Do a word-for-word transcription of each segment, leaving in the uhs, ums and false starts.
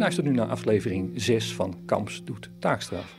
Luister nu naar aflevering zes van Kamps doet taakstraf.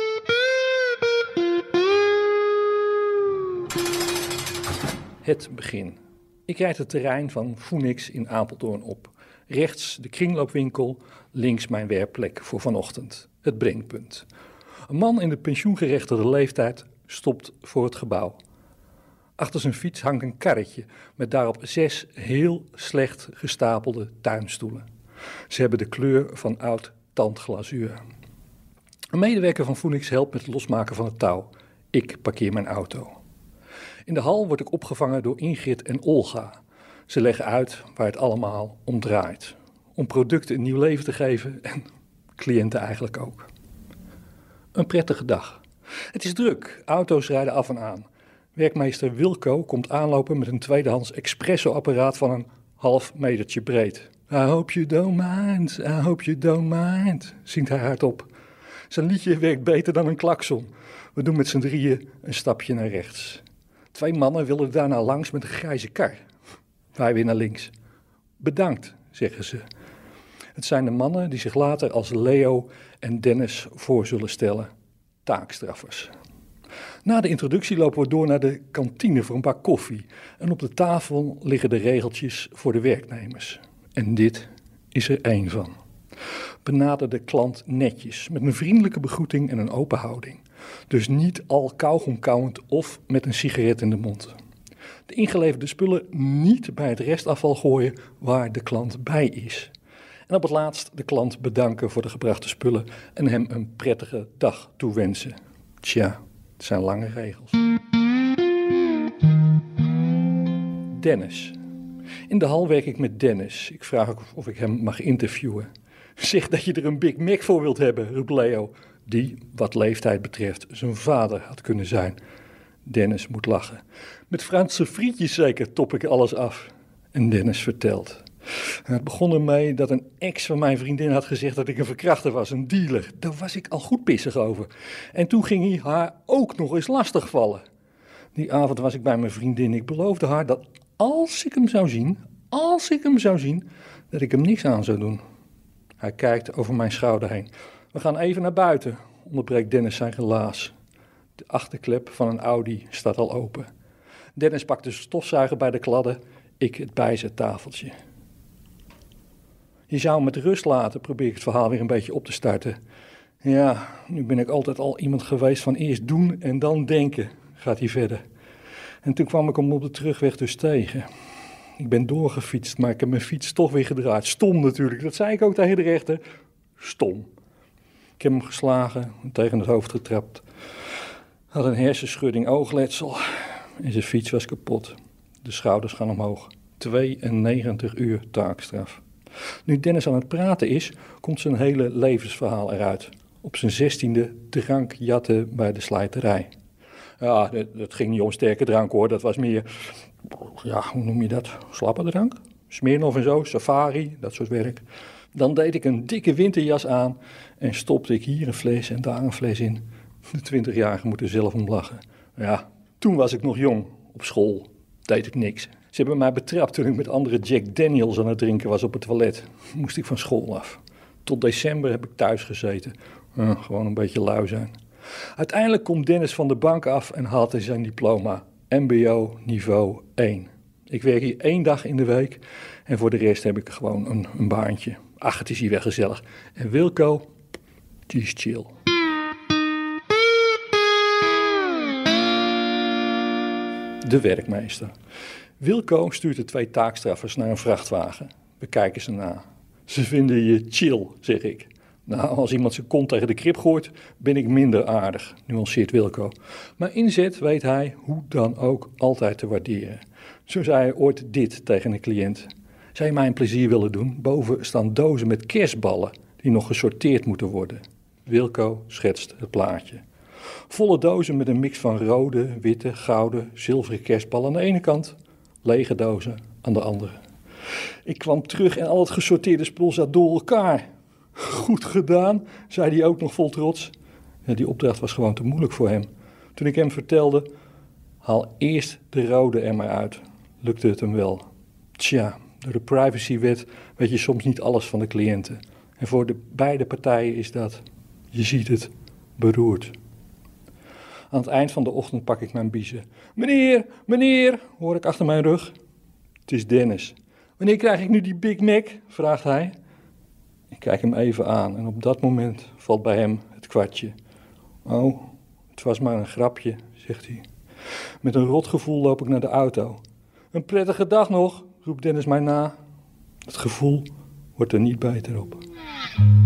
Het begin. Ik rijd het terrein van Phoenix in Apeldoorn op. Rechts de kringloopwinkel, links mijn werkplek voor vanochtend. Het brengpunt. Een man in de pensioengerechtigde leeftijd stopt voor het gebouw. Achter zijn fiets hangt een karretje met daarop zes heel slecht gestapelde tuinstoelen. Ze hebben de kleur van oud tandglazuur. Een medewerker van Phoenix helpt met het losmaken van het touw. Ik parkeer mijn auto. In de hal word ik opgevangen door Ingrid en Olga. Ze leggen uit waar het allemaal om draait. Om producten een nieuw leven te geven en cliënten eigenlijk ook. Een prettige dag. Het is druk, auto's rijden af en aan. Werkmeester Wilco komt aanlopen met een tweedehands espresso-apparaat van een half metertje breed. I hope you don't mind, I hope you don't mind, zingt hij hardop. Zijn liedje werkt beter dan een klakson. We doen met z'n drieën een stapje naar rechts. Twee mannen willen daarna langs met een grijze kar. Wij weer naar links. Bedankt, zeggen ze. Het zijn de mannen die zich later als Leo en Dennis voor zullen stellen. Taakstraffers. Na de introductie lopen we door naar de kantine voor een bak koffie. En op de tafel liggen de regeltjes voor de werknemers. En dit is er één van. Benader de klant netjes, met een vriendelijke begroeting en een open houding. Dus niet al kauwgomkauwend of met een sigaret in de mond. De ingeleverde spullen niet bij het restafval gooien waar de klant bij is. En op het laatst de klant bedanken voor de gebrachte spullen en hem een prettige dag toewensen. Tja, het zijn lange regels. Dennis. In de hal werk ik met Dennis. Ik vraag ook of ik hem mag interviewen. Zeg dat je er een Big Mac voor wilt hebben, roept Leo. Die, wat leeftijd betreft, zijn vader had kunnen zijn. Dennis moet lachen. Met Franse frietjes zeker, top ik alles af. En Dennis vertelt. Het begon ermee dat een ex van mijn vriendin had gezegd dat ik een verkrachter was, een dealer. Daar was ik al goed pissig over. En toen ging hij haar ook nog eens lastigvallen. Die avond was ik bij mijn vriendin. Ik beloofde haar dat als ik hem zou zien, als ik hem zou zien, dat ik hem niks aan zou doen. Hij kijkt over mijn schouder heen. We gaan even naar buiten, onderbreekt Dennis zijn relaas. De achterklep van een Audi staat al open. Dennis pakt de stofzuiger bij de kladden, ik het bijzettafeltje. Je zou hem met rust laten, probeer ik het verhaal weer een beetje op te starten. Ja, nu ben ik altijd al iemand geweest van eerst doen en dan denken, gaat hij verder. En toen kwam ik hem op de terugweg dus tegen. Ik ben doorgefietst, maar ik heb mijn fiets toch weer gedraaid. Stom natuurlijk, dat zei ik ook tegen de rechter. Stom. Ik heb hem geslagen, tegen het hoofd getrapt. Had een hersenschudding, oogletsel en zijn fiets was kapot. De schouders gaan omhoog. tweeënnegentig uur taakstraf. Nu Dennis aan het praten is, komt zijn hele levensverhaal eruit. Op zijn zestiende drank jatten bij de slijterij. Ja, dat, dat ging niet om sterke drank hoor, dat was meer, ja, hoe noem je dat? Slappe drank? Smirnoff en zo, safari, dat soort werk. Dan deed ik een dikke winterjas aan en stopte ik hier een fles en daar een fles in. De twintigjarigen moeten zelf om lachen. Ja, toen was ik nog jong, op school, deed ik niks. Ze hebben mij betrapt toen ik met andere Jack Daniels aan het drinken was op het toilet. Moest ik van school af. Tot december heb ik thuis gezeten. Uh, gewoon een beetje lui zijn. Uiteindelijk komt Dennis van de bank af en haalt hij zijn diploma. M B O niveau één. Ik werk hier één dag in de week en voor de rest heb ik gewoon een, een baantje. Ach, het is hier wel gezellig. En Wilco, die is chill. De werkmeester. Wilco stuurt de twee taakstraffers naar een vrachtwagen. We kijken ze na. Ze vinden je chill, zeg ik. Nou, als iemand zijn kont tegen de krib gooit, ben ik minder aardig, nuanceert Wilco. Maar inzet weet hij hoe dan ook altijd te waarderen. Zo zei hij ooit dit tegen een cliënt. Zou je mij een plezier willen doen? Boven staan dozen met kerstballen die nog gesorteerd moeten worden. Wilco schetst het plaatje. Volle dozen met een mix van rode, witte, gouden, zilveren kerstballen aan de ene kant. Lege dozen aan de andere. Ik kwam terug en al het gesorteerde spul zat door elkaar. Goed gedaan, zei hij ook nog vol trots. Ja, die opdracht was gewoon te moeilijk voor hem. Toen ik hem vertelde, haal eerst de rode er maar uit, lukte het hem wel. Tja, door de privacywet weet je soms niet alles van de cliënten. En voor de beide partijen is dat, je ziet het, beroerd. Aan het eind van de ochtend pak ik mijn biezen. Meneer, meneer, hoor ik achter mijn rug. Het is Dennis. Wanneer krijg ik nu die Big Mac? Vraagt hij. Ik kijk hem even aan en op dat moment valt bij hem het kwartje. Oh, het was maar een grapje, zegt hij. Met een rot gevoel loop ik naar de auto. Een prettige dag nog, roept Dennis mij na. Het gevoel wordt er niet beter op.